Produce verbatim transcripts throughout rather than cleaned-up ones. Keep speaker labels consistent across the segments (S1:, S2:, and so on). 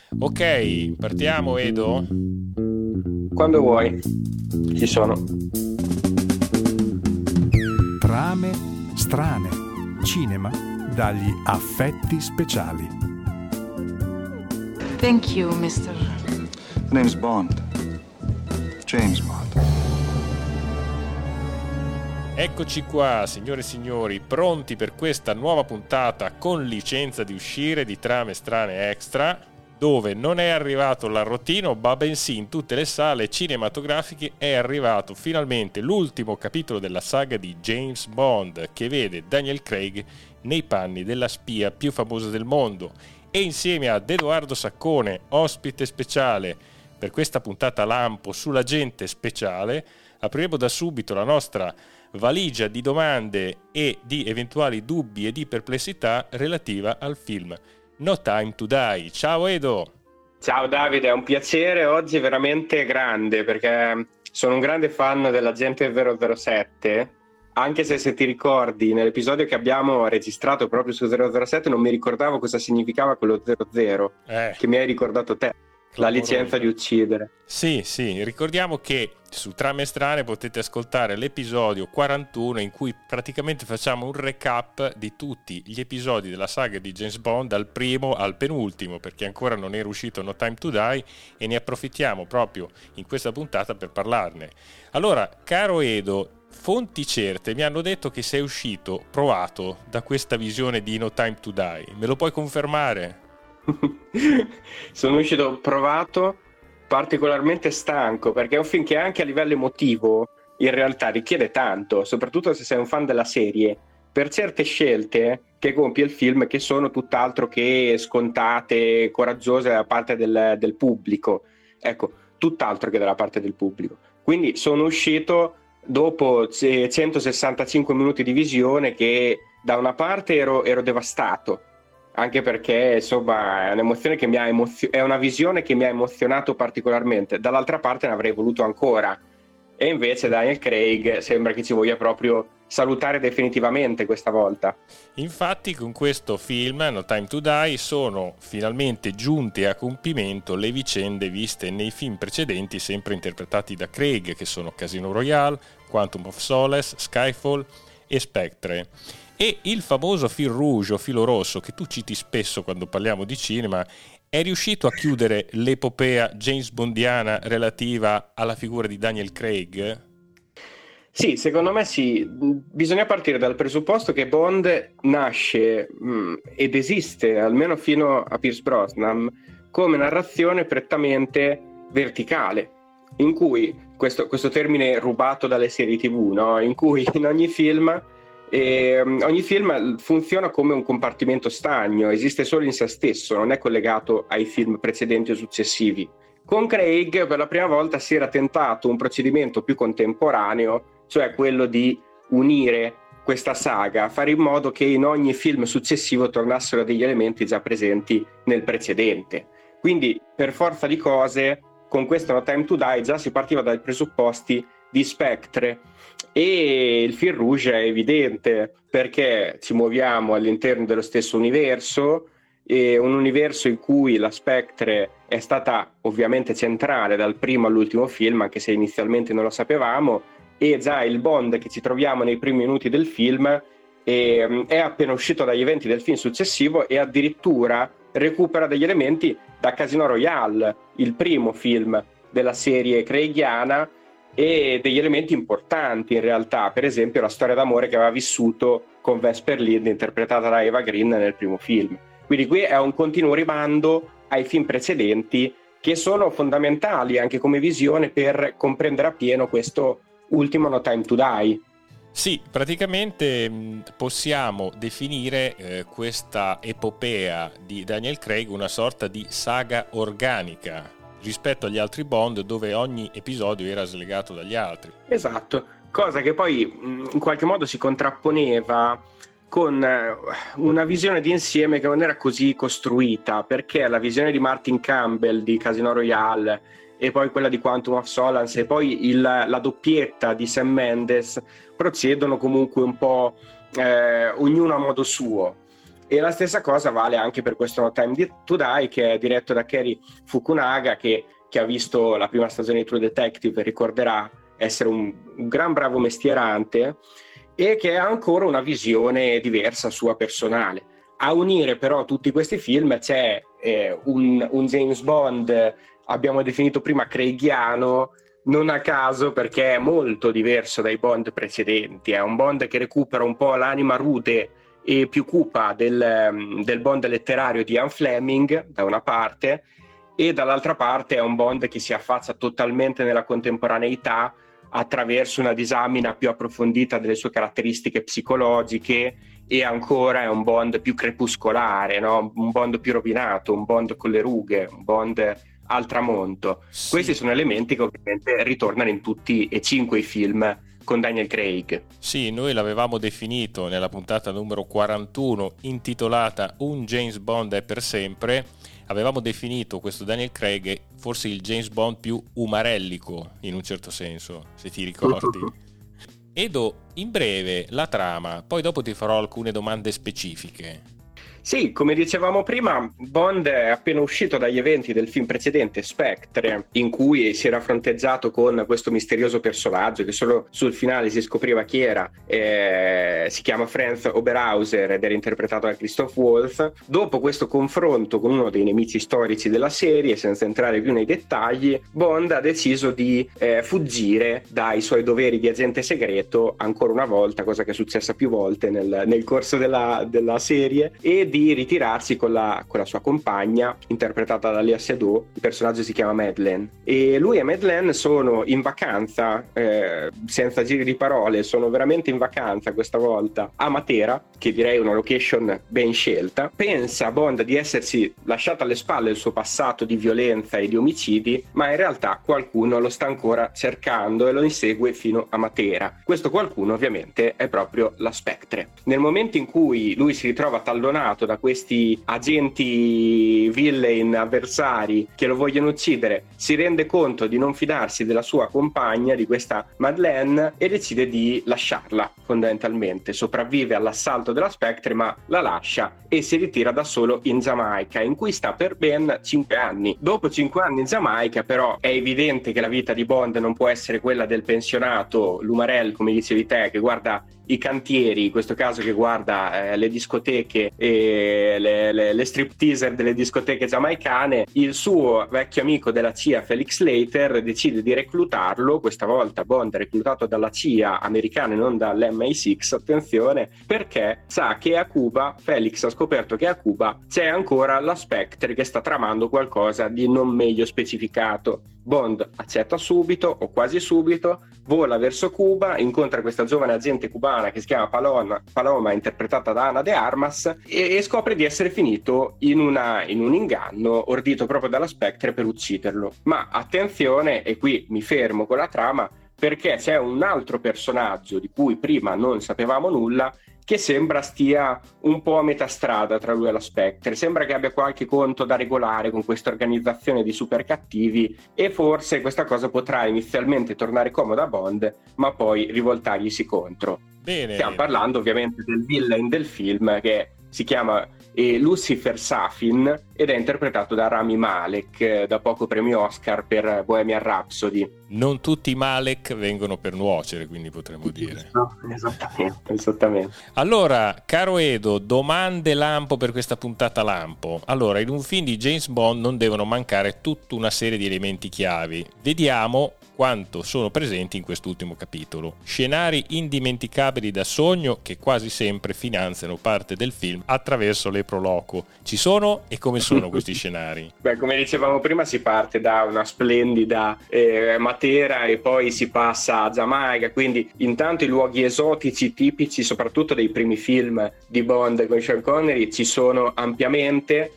S1: Ok, partiamo Edo?
S2: Quando vuoi, ci sono.
S3: Trame strane, cinema dagli affetti speciali.
S4: Thank you, mister.
S5: The name's Bond. James Bond.
S1: Eccoci qua, signore e signori, pronti per questa nuova puntata con licenza di uscire di Trame Strane Extra, dove non è arrivato l'arrotino, ma bensì in tutte le sale cinematografiche è arrivato finalmente l'ultimo capitolo della saga di James Bond, che vede Daniel Craig nei panni della spia più famosa del mondo, e insieme ad Edoardo Saccone, ospite speciale per questa puntata lampo sull'agente speciale, apriremo da subito la nostra valigia di domande e di eventuali dubbi e di perplessità relativa al film No Time to Die. Ciao Edo!
S2: Ciao Davide, è un piacere oggi veramente grande perché sono un grande fan dell'Agente zero zero sette, anche se se ti ricordi nell'episodio che abbiamo registrato proprio su zero zero sette non mi ricordavo cosa significava quello zero zero,
S1: eh.
S2: che mi hai ricordato te. La licenza di uccidere.
S1: Sì, sì, ricordiamo che su Trame Strane potete ascoltare l'episodio quarantuno in cui praticamente facciamo un recap di tutti gli episodi della saga di James Bond dal primo al penultimo, perché ancora non era uscito No Time to Die e ne approfittiamo proprio in questa puntata per parlarne. Allora, caro Edo, fonti certe mi hanno detto che sei uscito provato da questa visione di No Time to Die, me lo puoi confermare?
S2: Sono uscito provato, particolarmente stanco, perché è un film che anche a livello emotivo in realtà richiede tanto, soprattutto se sei un fan della serie, per certe scelte che compie il film, che sono tutt'altro che scontate, coraggiose da parte del, del pubblico. Ecco, tutt'altro che dalla parte del pubblico. Quindi sono uscito dopo centosessantacinque minuti di visione che da una parte ero, ero devastato, anche perché insomma è un'emozione che mi ha emozio- è una visione che mi ha emozionato particolarmente, dall'altra parte ne avrei voluto ancora, e invece Daniel Craig sembra che ci voglia proprio salutare definitivamente questa volta.
S1: Infatti con questo film No Time to Die sono finalmente giunte a compimento le vicende viste nei film precedenti sempre interpretati da Craig, che sono Casino Royale, Quantum of Solace, Skyfall e Spectre. E il famoso fil rouge o filo rosso che tu citi spesso quando parliamo di cinema è riuscito a chiudere l'epopea James Bondiana relativa alla figura di Daniel Craig?
S2: Sì, secondo me sì. Bisogna partire dal presupposto che Bond nasce mh, ed esiste, almeno fino a Pierce Brosnan, come narrazione prettamente verticale, in cui, questo, questo termine rubato dalle serie tivù, no? In cui in ogni film E ogni film funziona come un compartimento stagno, esiste solo in se stesso, non è collegato ai film precedenti o successivi. Con Craig per la prima volta si era tentato un procedimento più contemporaneo, cioè quello di unire questa saga, fare in modo che in ogni film successivo tornassero degli elementi già presenti nel precedente. Quindi per forza di cose con questo No Time to Die già si partiva dai presupposti di Spectre, e il fil rouge è evidente perché ci muoviamo all'interno dello stesso universo, e un universo in cui la Spectre è stata ovviamente centrale dal primo all'ultimo film, anche se inizialmente non lo sapevamo, e già il Bond che ci troviamo nei primi minuti del film è, è appena uscito dagli eventi del film successivo e addirittura recupera degli elementi da Casino Royale, il primo film della serie craigiana, e degli elementi importanti in realtà, per esempio la storia d'amore che aveva vissuto con Vesper Lynd interpretata da Eva Green nel primo film. Quindi qui è un continuo rimando ai film precedenti che sono fondamentali anche come visione per comprendere appieno questo ultimo No Time to Die.
S1: Sì, praticamente possiamo definire eh, questa epopea di Daniel Craig una sorta di saga organica rispetto agli altri Bond, dove ogni episodio era slegato dagli altri.
S2: Esatto, cosa che poi in qualche modo si contrapponeva con una visione di insieme che non era così costruita, perché la visione di Martin Campbell di Casino Royale e poi quella di Quantum of Solace e poi il, la doppietta di Sam Mendes procedono comunque un po' eh, ognuno a modo suo. E la stessa cosa vale anche per questo No Time to Die, che è diretto da Cary Fukunaga, che, che ha visto la prima stagione di True Detective ricorderà essere un, un gran bravo mestierante, e che ha ancora una visione diversa sua personale. A unire però tutti questi film c'è eh, un, un James Bond, abbiamo definito prima craighiano, non a caso, perché è molto diverso dai Bond precedenti. È un Bond che recupera un po' l'anima rude e più cupa del, del Bond letterario di Ian Fleming da una parte, e dall'altra parte è un Bond che si affaccia totalmente nella contemporaneità attraverso una disamina più approfondita delle sue caratteristiche psicologiche, e ancora è un Bond più crepuscolare, no? Un Bond più rovinato, un Bond con le rughe, un Bond al tramonto. Sì. Questi sono elementi che ovviamente ritornano in tutti e cinque i film con Daniel Craig.
S1: Sì, noi l'avevamo definito nella puntata numero quarantuno, intitolata Un James Bond è per sempre. Avevamo definito questo Daniel Craig forse il James Bond più umarellico, in un certo senso, se ti ricordi. Edo, in breve la trama, poi dopo ti farò alcune domande specifiche.
S2: Sì, come dicevamo prima, Bond è appena uscito dagli eventi del film precedente, Spectre, in cui si era fronteggiato con questo misterioso personaggio che solo sul finale si scopriva chi era. Eh, si chiama Franz Oberhauser ed era interpretato da Christoph Waltz. Dopo questo confronto con uno dei nemici storici della serie, senza entrare più nei dettagli, Bond ha deciso di eh, fuggire dai suoi doveri di agente segreto ancora una volta, cosa che è successa più volte nel, nel corso della, della serie, e di di ritirarsi con la, con la sua compagna, interpretata da Léa Seydoux. Il personaggio si chiama Madeleine, e lui e Madeleine sono in vacanza, eh, senza giri di parole, sono veramente in vacanza questa volta a Matera, che direi una location ben scelta. Pensa Bond di essersi lasciato alle spalle il suo passato di violenza e di omicidi, ma in realtà qualcuno lo sta ancora cercando e lo insegue fino a Matera. Questo qualcuno ovviamente è proprio la Spectre. Nel momento in cui lui si ritrova tallonato da questi agenti villain avversari che lo vogliono uccidere, si rende conto di non fidarsi della sua compagna, di questa Madeleine, e decide di lasciarla. Fondamentalmente sopravvive all'assalto della Spectre, ma la lascia e si ritira da solo in Giamaica, in cui sta per ben cinque anni. Dopo cinque anni in Giamaica però è evidente che la vita di Bond non può essere quella del pensionato Lumarel, come dicevi te, che guarda i cantieri, in questo caso che guarda eh, le discoteche e le, le, le stripteaser delle discoteche giamaicane. Il suo vecchio amico della C I A, Felix Slater, decide di reclutarlo, questa volta Bond è reclutato dalla C I A americana e non dall'M I sei, attenzione, perché sa che a Cuba, Felix ha scoperto che a Cuba c'è ancora la Spectre che sta tramando qualcosa di non meglio specificato. Bond accetta subito o quasi subito, vola verso Cuba, incontra questa giovane agente cubana che si chiama Paloma, Paloma interpretata da Ana de Armas, e, e scopre di essere finito in, una, in un inganno ordito proprio dalla Spectre per ucciderlo. Ma attenzione, e qui mi fermo con la trama, perché c'è un altro personaggio di cui prima non sapevamo nulla, che sembra stia un po' a metà strada tra lui e la Spectre. Sembra che abbia qualche conto da regolare con questa organizzazione di super cattivi, e forse questa cosa potrà inizialmente tornare comoda a Bond, ma poi rivoltarglisi contro.
S1: Bene.
S2: Stiamo parlando ovviamente del villain del film, che si chiama eh, Lucifer Safin ed è interpretato da Rami Malek, eh, da poco premio Oscar per Bohemian Rhapsody.
S1: Non tutti i Malek vengono per nuocere, quindi potremmo dire.
S2: No, esattamente, esattamente.
S1: Allora, caro Edo, domande lampo per questa puntata lampo. Allora, in un film di James Bond non devono mancare tutta una serie di elementi chiavi. Vediamo quanto sono presenti in quest'ultimo capitolo. Scenari indimenticabili da sogno che quasi sempre finanziano parte del film attraverso le pro loco. Ci sono, e come sono questi scenari?
S2: Beh, come dicevamo prima, si parte da una splendida eh, Matera e poi si passa a Giamaica, quindi intanto i luoghi esotici tipici soprattutto dei primi film di Bond con Sean Connery ci sono ampiamente,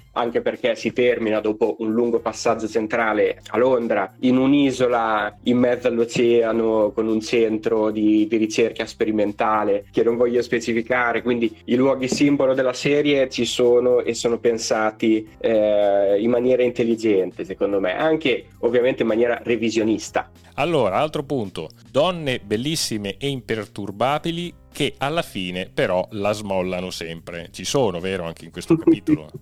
S2: anche perché si termina dopo un lungo passaggio centrale a Londra, in un'isola in mezzo all'oceano con un centro di, di ricerca sperimentale che non voglio specificare, quindi i luoghi simbolo della serie ci sono e sono pensati eh, in maniera intelligente, secondo me, anche ovviamente in maniera revisionista.
S1: Allora, altro punto, donne bellissime e imperturbabili che alla fine però la smollano sempre. Ci sono, vero, anche in questo capitolo?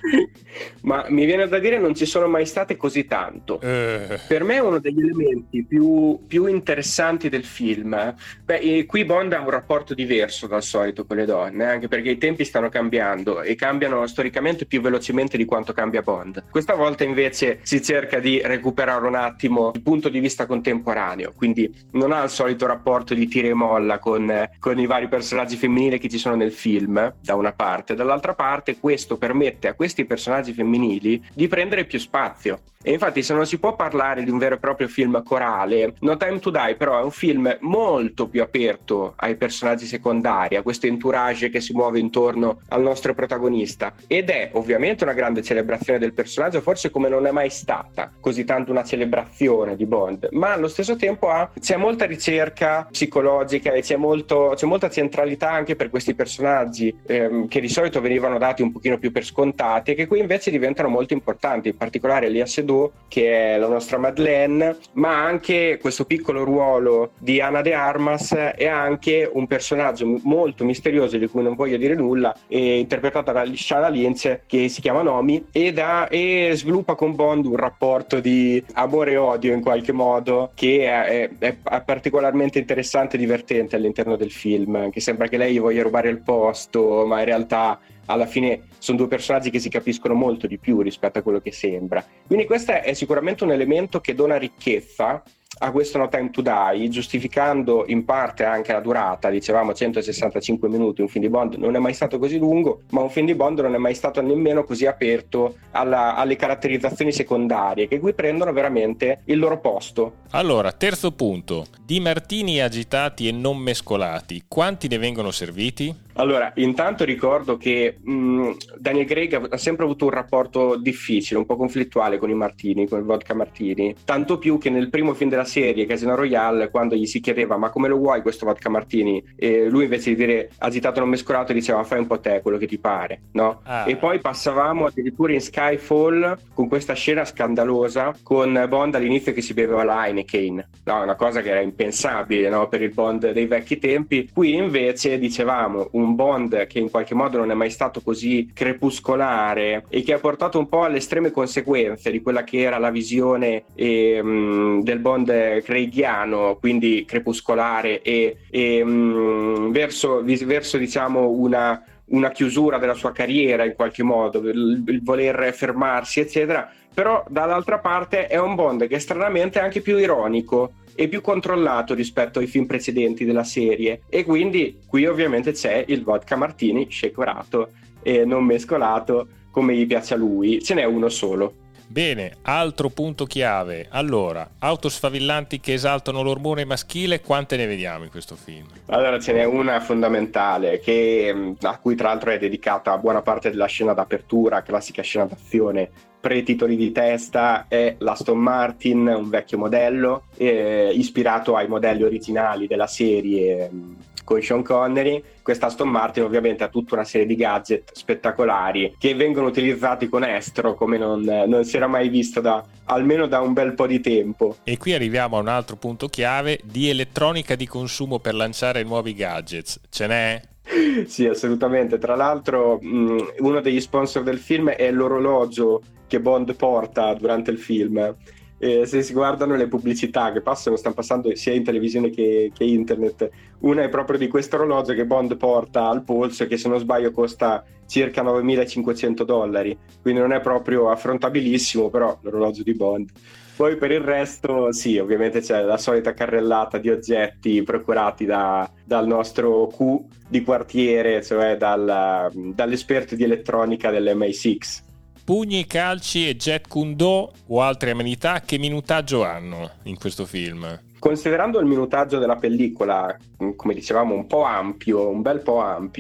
S2: Ma mi viene da dire non ci sono mai state così tanto.
S1: Eh.
S2: Per me è uno degli elementi più, più interessanti del film. Beh, qui Bond ha un rapporto diverso dal solito con le donne, anche perché i tempi stanno cambiando e cambiano storicamente più velocemente di quanto cambia Bond. Questa volta invece si cerca di recuperare un attimo il punto di vista contemporaneo, quindi non ha il solito rapporto di tira e molla con, con i vari personaggi femminili che ci sono nel film, da una parte. Dall'altra parte questo permette a questi personaggi femminili di prendere più spazio. E infatti, se non si può parlare di un vero e proprio film corale, No Time to Die però è un film molto più aperto ai personaggi secondari, a questo entourage che si muove intorno al nostro protagonista, ed è ovviamente una grande celebrazione del personaggio, forse come non è mai stata così tanto una celebrazione di Bond, ma allo stesso tempo ha, c'è molta ricerca psicologica e c'è, molto, c'è molta centralità anche per questi personaggi ehm, che di solito venivano dati un pochino più per scontati e che qui invece diventano molto importanti, in particolare Léa Seydoux, che è la nostra Madeleine, ma anche questo piccolo ruolo di Ana de Armas è anche un personaggio molto misterioso di cui non voglio dire nulla, è interpretata da Lashana Lynch, che si chiama Nomi, e, da, e sviluppa con Bond un rapporto di amore e odio in qualche modo che è, è, è particolarmente interessante e divertente all'interno del film, che sembra che lei gli voglia rubare il posto, ma in realtà alla fine sono due personaggi che si capiscono molto di più rispetto a quello che sembra. Quindi questo è sicuramente un elemento che dona ricchezza a questo No Time to Die, giustificando in parte anche la durata. Dicevamo centosessantacinque minuti, un film di Bond non è mai stato così lungo, ma un film di Bond non è mai stato nemmeno così aperto alla, alle caratterizzazioni secondarie, che qui prendono veramente il loro posto.
S1: Allora, terzo punto, di martini agitati e non mescolati, quanti ne vengono serviti?
S2: Allora, intanto ricordo che mh, Daniel Craig ha sempre avuto un rapporto difficile, un po' conflittuale con i martini, con il vodka martini, tanto più che nel primo film della serie, Casino Royale, quando gli si chiedeva ma come lo vuoi questo vodka martini, e lui invece di dire agitato non mescolato diceva fai un po' te quello che ti pare, no? Ah. E poi passavamo addirittura in Skyfall con questa scena scandalosa con Bond all'inizio che si beveva la Heineken, no? Una cosa che era impensabile, no? Per il Bond dei vecchi tempi. Qui invece dicevamo un Bond che in qualche modo non è mai stato così crepuscolare e che ha portato un po' alle estreme conseguenze di quella che era la visione eh, mh, del Bond craigiano, quindi crepuscolare e, e mh, verso, verso diciamo una, una chiusura della sua carriera in qualche modo, il, il voler fermarsi eccetera. Però dall'altra parte è un Bond che stranamente è anche più ironico e più controllato rispetto ai film precedenti della serie, e quindi qui ovviamente c'è il vodka martini shakerato e non mescolato come gli piace a lui, ce n'è uno solo.
S1: Bene, altro punto chiave. Allora, auto sfavillanti che esaltano l'ormone maschile, quante ne vediamo in questo film?
S2: Allora ce n'è una fondamentale che, a cui tra l'altro è dedicata buona parte della scena d'apertura, classica scena d'azione pre-titoli di testa, è l'Aston Martin, un vecchio modello eh, ispirato ai modelli originali della serie con Sean Connery. Questa Aston Martin ovviamente ha tutta una serie di gadget spettacolari che vengono utilizzati con estro come non, non si era mai visto da almeno da un bel po' di tempo.
S1: E qui arriviamo a un altro punto chiave, di elettronica di consumo per lanciare nuovi gadgets. Ce n'è?
S2: Sì, assolutamente. Tra l'altro mh, uno degli sponsor del film è l'orologio che Bond porta durante il film. Eh, se si guardano le pubblicità che passano, stanno passando sia in televisione che, che internet, una è proprio di questo orologio che Bond porta al polso, che se non sbaglio costa circa novemilacinquecento dollari, quindi non è proprio affrontabilissimo, però l'orologio di Bond. Poi per il resto sì, ovviamente c'è la solita carrellata di oggetti procurati da, dal nostro Q di quartiere, cioè dal, dall'esperto di elettronica dell'M I sei.
S1: Pugni, calci e jet kundo o altre amenità, che minutaggio hanno in questo film?
S2: Considerando il minutaggio della pellicola, come dicevamo, un po' ampio, un bel po' ampio,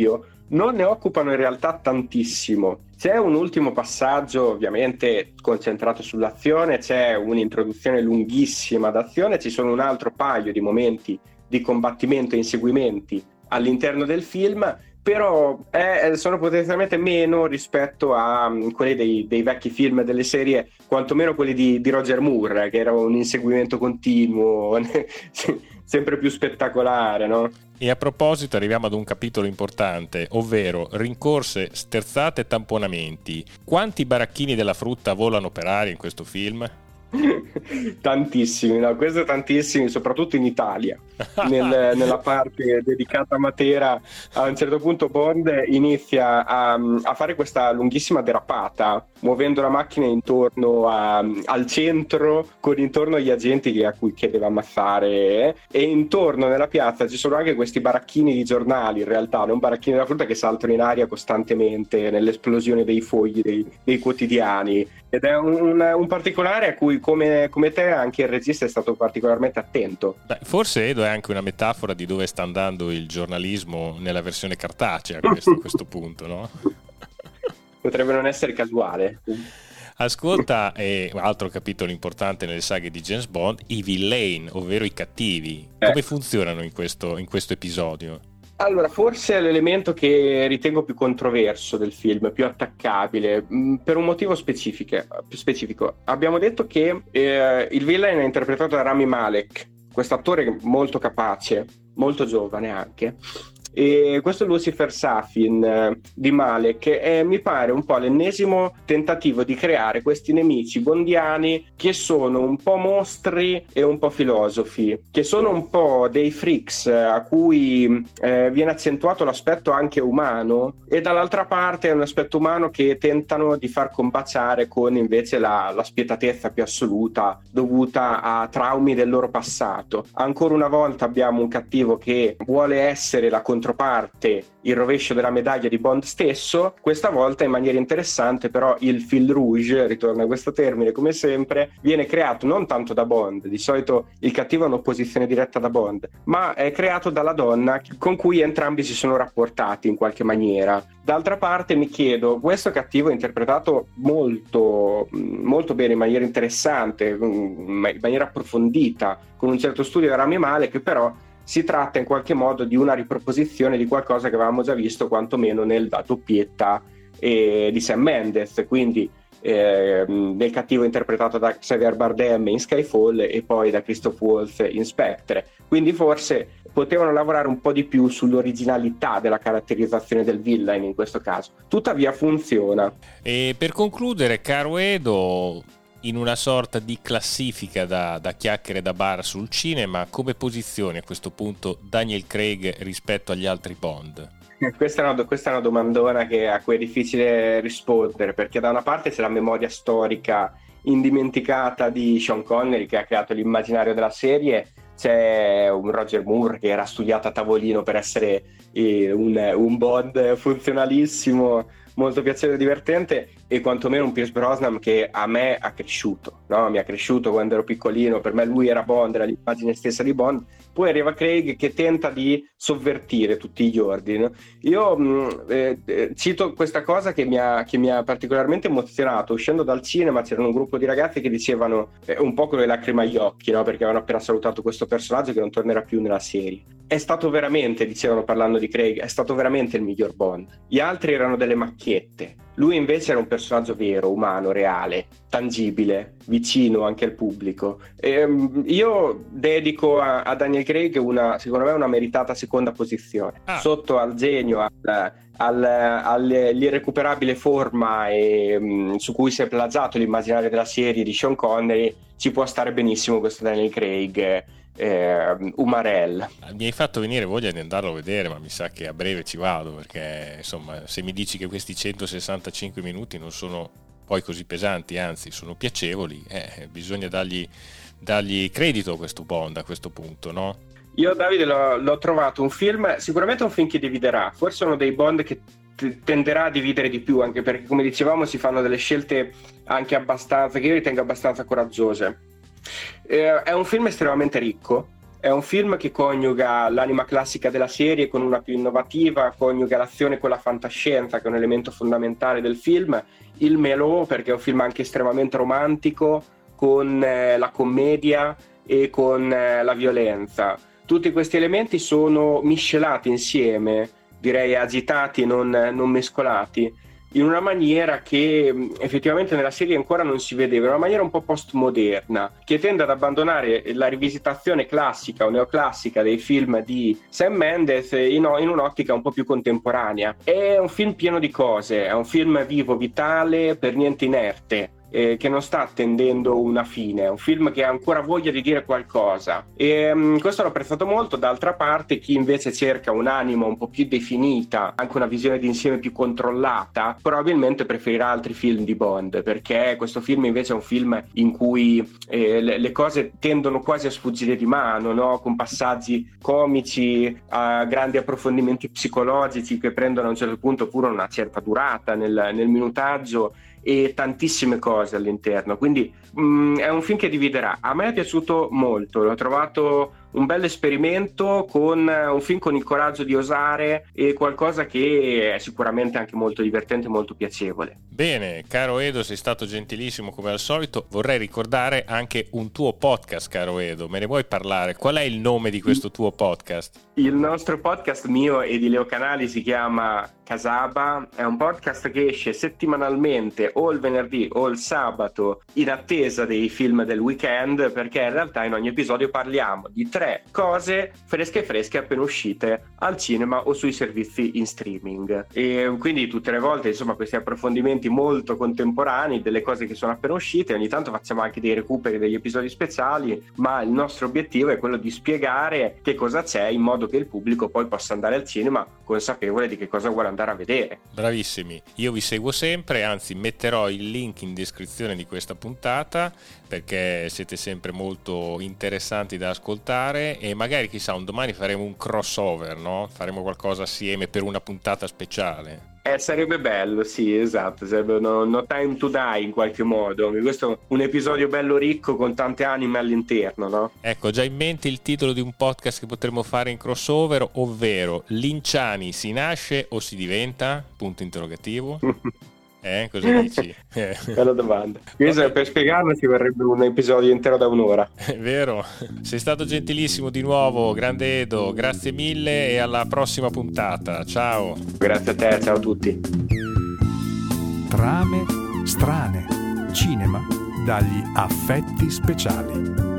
S2: non ne occupano in realtà tantissimo. C'è un ultimo passaggio ovviamente concentrato sull'azione, c'è un'introduzione lunghissima d'azione, ci sono un altro paio di momenti di combattimento e inseguimenti all'interno del film, però è, sono potenzialmente meno rispetto a um, quelli dei, dei vecchi film delle serie, quantomeno quelli di, di Roger Moore, che era un inseguimento continuo, sempre più spettacolare, no?
S1: E a proposito arriviamo ad un capitolo importante, ovvero rincorse, sterzate e tamponamenti. Quanti baracchini della frutta volano per aria in questo film?
S2: Tantissimi, no? Questo tantissimi, soprattutto in Italia. Nel, nella parte dedicata a Matera, a un certo punto Bond inizia a, a fare questa lunghissima derapata, muovendo la macchina intorno a, al centro, con intorno gli agenti che, a cui che deve ammazzare, eh? E intorno nella piazza ci sono anche questi baracchini di giornali, in realtà non baracchini della frutta, che saltano in aria costantemente nell'esplosione dei fogli dei, dei quotidiani, ed è un, un particolare a cui come, come te anche il regista è stato particolarmente attento.
S1: Beh, forse Edo è anche una metafora di dove sta andando il giornalismo nella versione cartacea a questo, questo punto, no?
S2: Potrebbe non essere casuale.
S1: Ascolta, eh, altro capitolo importante nelle saghe di James Bond, i villain, ovvero i cattivi. Come eh. funzionano in questo, in questo episodio?
S2: Allora, forse è l'elemento che ritengo più controverso del film, più attaccabile, mh, per un motivo specifico. specifico. Abbiamo detto che eh, il villain è interpretato da Rami Malek, quest'attore molto capace, molto giovane anche. E questo Lucifer Safin eh, di Malek è, mi pare, un po' l'ennesimo tentativo di creare questi nemici bondiani che sono un po' mostri e un po' filosofi, che sono un po' dei freaks eh, a cui eh, viene accentuato l'aspetto anche umano, e dall'altra parte è un aspetto umano che tentano di far combaciare con invece la, la spietatezza più assoluta dovuta a traumi del loro passato. Ancora una volta abbiamo un cattivo che vuole essere la controparte, il rovescio della medaglia di Bond stesso. Questa volta in maniera interessante però il fil rouge, ritorna a questo termine come sempre, viene creato non tanto da Bond, di solito il cattivo è un'opposizione diretta da Bond, ma è creato dalla donna con cui entrambi si sono rapportati in qualche maniera. D'altra parte mi chiedo, questo cattivo è interpretato molto, molto bene, in maniera interessante, in maniera approfondita, con un certo studio da Rami Malek, però si tratta in qualche modo di una riproposizione di qualcosa che avevamo già visto quantomeno nel La doppietta eh, di Sam Mendes, quindi eh, nel cattivo interpretato da Xavier Bardem in Skyfall e poi da Christoph Waltz in Spectre. Quindi forse potevano lavorare un po' di più sull'originalità della caratterizzazione del villain in questo caso. Tuttavia funziona.
S1: E per concludere, caro Edo, in una sorta di classifica da, da chiacchiere da bar sul cinema, come posizioni a questo punto Daniel Craig rispetto agli altri Bond?
S2: Questa è una, questa è una domandona che, a cui è difficile rispondere, perché da una parte c'è la memoria storica indimenticata di Sean Connery, che ha creato l'immaginario della serie, c'è un Roger Moore che era studiato a tavolino per essere eh, un, un Bond funzionalissimo, molto piacevole e divertente, e quantomeno un Pierce Brosnan che a me ha cresciuto, no? Mi ha cresciuto quando ero piccolino, per me lui era Bond, era l'immagine stessa di Bond. Poi arriva Craig che tenta di sovvertire tutti gli ordini, no? Io mh, eh, cito questa cosa che mi, ha, che mi ha particolarmente emozionato. Uscendo dal cinema c'era un gruppo di ragazzi che dicevano eh, un po' con le lacrime agli occhi, no? Perché avevano appena salutato questo personaggio che non tornerà più nella serie. È stato veramente, dicevano parlando di Craig, è stato veramente il miglior Bond. Gli altri erano delle macchiette. Lui invece era un personaggio vero, umano, reale, tangibile, vicino anche al pubblico. E, um, io dedico a, a Daniel Craig una, secondo me, una meritata seconda posizione. Ah. Sotto al genio, al, al, all'irrecuperabile forma e, um, su cui si è plagiato l'immaginario della serie di Sean Connery, ci può stare benissimo questo Daniel Craig. Eh, Umarell.
S1: Mi hai fatto venire voglia di andarlo a vedere, ma mi sa che a breve ci vado, perché insomma, se mi dici che questi centosessantacinque minuti non sono poi così pesanti, anzi sono piacevoli, eh, bisogna dargli, dargli credito a questo Bond a questo punto, no?
S2: Io, Davide, l'ho, l'ho trovato un film, sicuramente un film che dividerà, forse uno dei Bond che t- tenderà a dividere di più, anche perché, come dicevamo, si fanno delle scelte anche abbastanza, che io ritengo abbastanza coraggiose. Eh, è un film estremamente ricco, È un film che coniuga l'anima classica della serie con una più innovativa, coniuga l'azione con la fantascienza, che è un elemento fondamentale del film, il melò, perché è un film anche estremamente romantico, con eh, la commedia e con eh, la violenza. Tutti questi elementi sono miscelati insieme, direi agitati, non, non mescolati, in una maniera che effettivamente nella serie ancora non si vedeva, in una maniera un po' postmoderna, che tende ad abbandonare la rivisitazione classica o neoclassica dei film di Sam Mendes in, in un'ottica un po' più contemporanea. È un film pieno di cose, è un film vivo, vitale, per niente inerte, Eh, che non sta attendendo una fine, è un film che ha ancora voglia di dire qualcosa, e um, questo l'ho apprezzato molto. D'altra parte, chi invece cerca un'anima un po' più definita, anche una visione d'insieme più controllata, probabilmente preferirà altri film di Bond, perché questo film invece è un film in cui eh, le, le cose tendono quasi a sfuggire di mano, no? Con passaggi comici a grandi approfondimenti psicologici che prendono a un certo punto pure una certa durata nel, nel minutaggio, e tantissime cose all'interno, quindi mh, è un film che dividerà. A me è piaciuto molto, l'ho trovato un bel esperimento, con un film con il coraggio di osare, e qualcosa che è sicuramente anche molto divertente e molto piacevole.
S1: Bene, caro Edo, sei stato gentilissimo come al solito. Vorrei ricordare anche un tuo podcast, caro Edo, me ne vuoi parlare? Qual è il nome di questo tuo podcast?
S2: Il nostro podcast, mio e di Leo Canali, si chiama Casaba, è un podcast che esce settimanalmente o il venerdì o il sabato, in attesa dei film del weekend, perché in realtà in ogni episodio parliamo di tre cose fresche fresche appena uscite al cinema o sui servizi in streaming, e quindi tutte le volte insomma questi approfondimenti molto contemporanei delle cose che sono appena uscite. Ogni tanto facciamo anche dei recuperi degli episodi speciali, ma il nostro obiettivo è quello di spiegare che cosa c'è, in modo che il pubblico poi possa andare al cinema consapevole di che cosa vuole andare a vedere.
S1: Bravissimi, io vi seguo sempre, anzi metterò il link in descrizione di questa puntata, perché siete sempre molto interessanti da ascoltare, e magari chissà un domani faremo un crossover, no? Faremo qualcosa assieme per una puntata speciale.
S2: Eh, sarebbe bello, sì, esatto, sarebbe no, no time to die in qualche modo. Questo è un episodio bello ricco con tante anime all'interno, no?
S1: Ecco, già in mente il titolo di un podcast che potremmo fare in crossover, ovvero Linciani si nasce o si diventa? Punto interrogativo. Eh, cosa dici?
S2: Bella domanda. Questo, okay. Per spiegarlo ci vorrebbe un episodio intero da un'ora.
S1: È vero. Sei stato gentilissimo di nuovo, grande Edo, grazie mille e alla prossima puntata. Ciao.
S2: Grazie a te, ciao a tutti.
S3: Trame strane. Cinema dagli affetti speciali.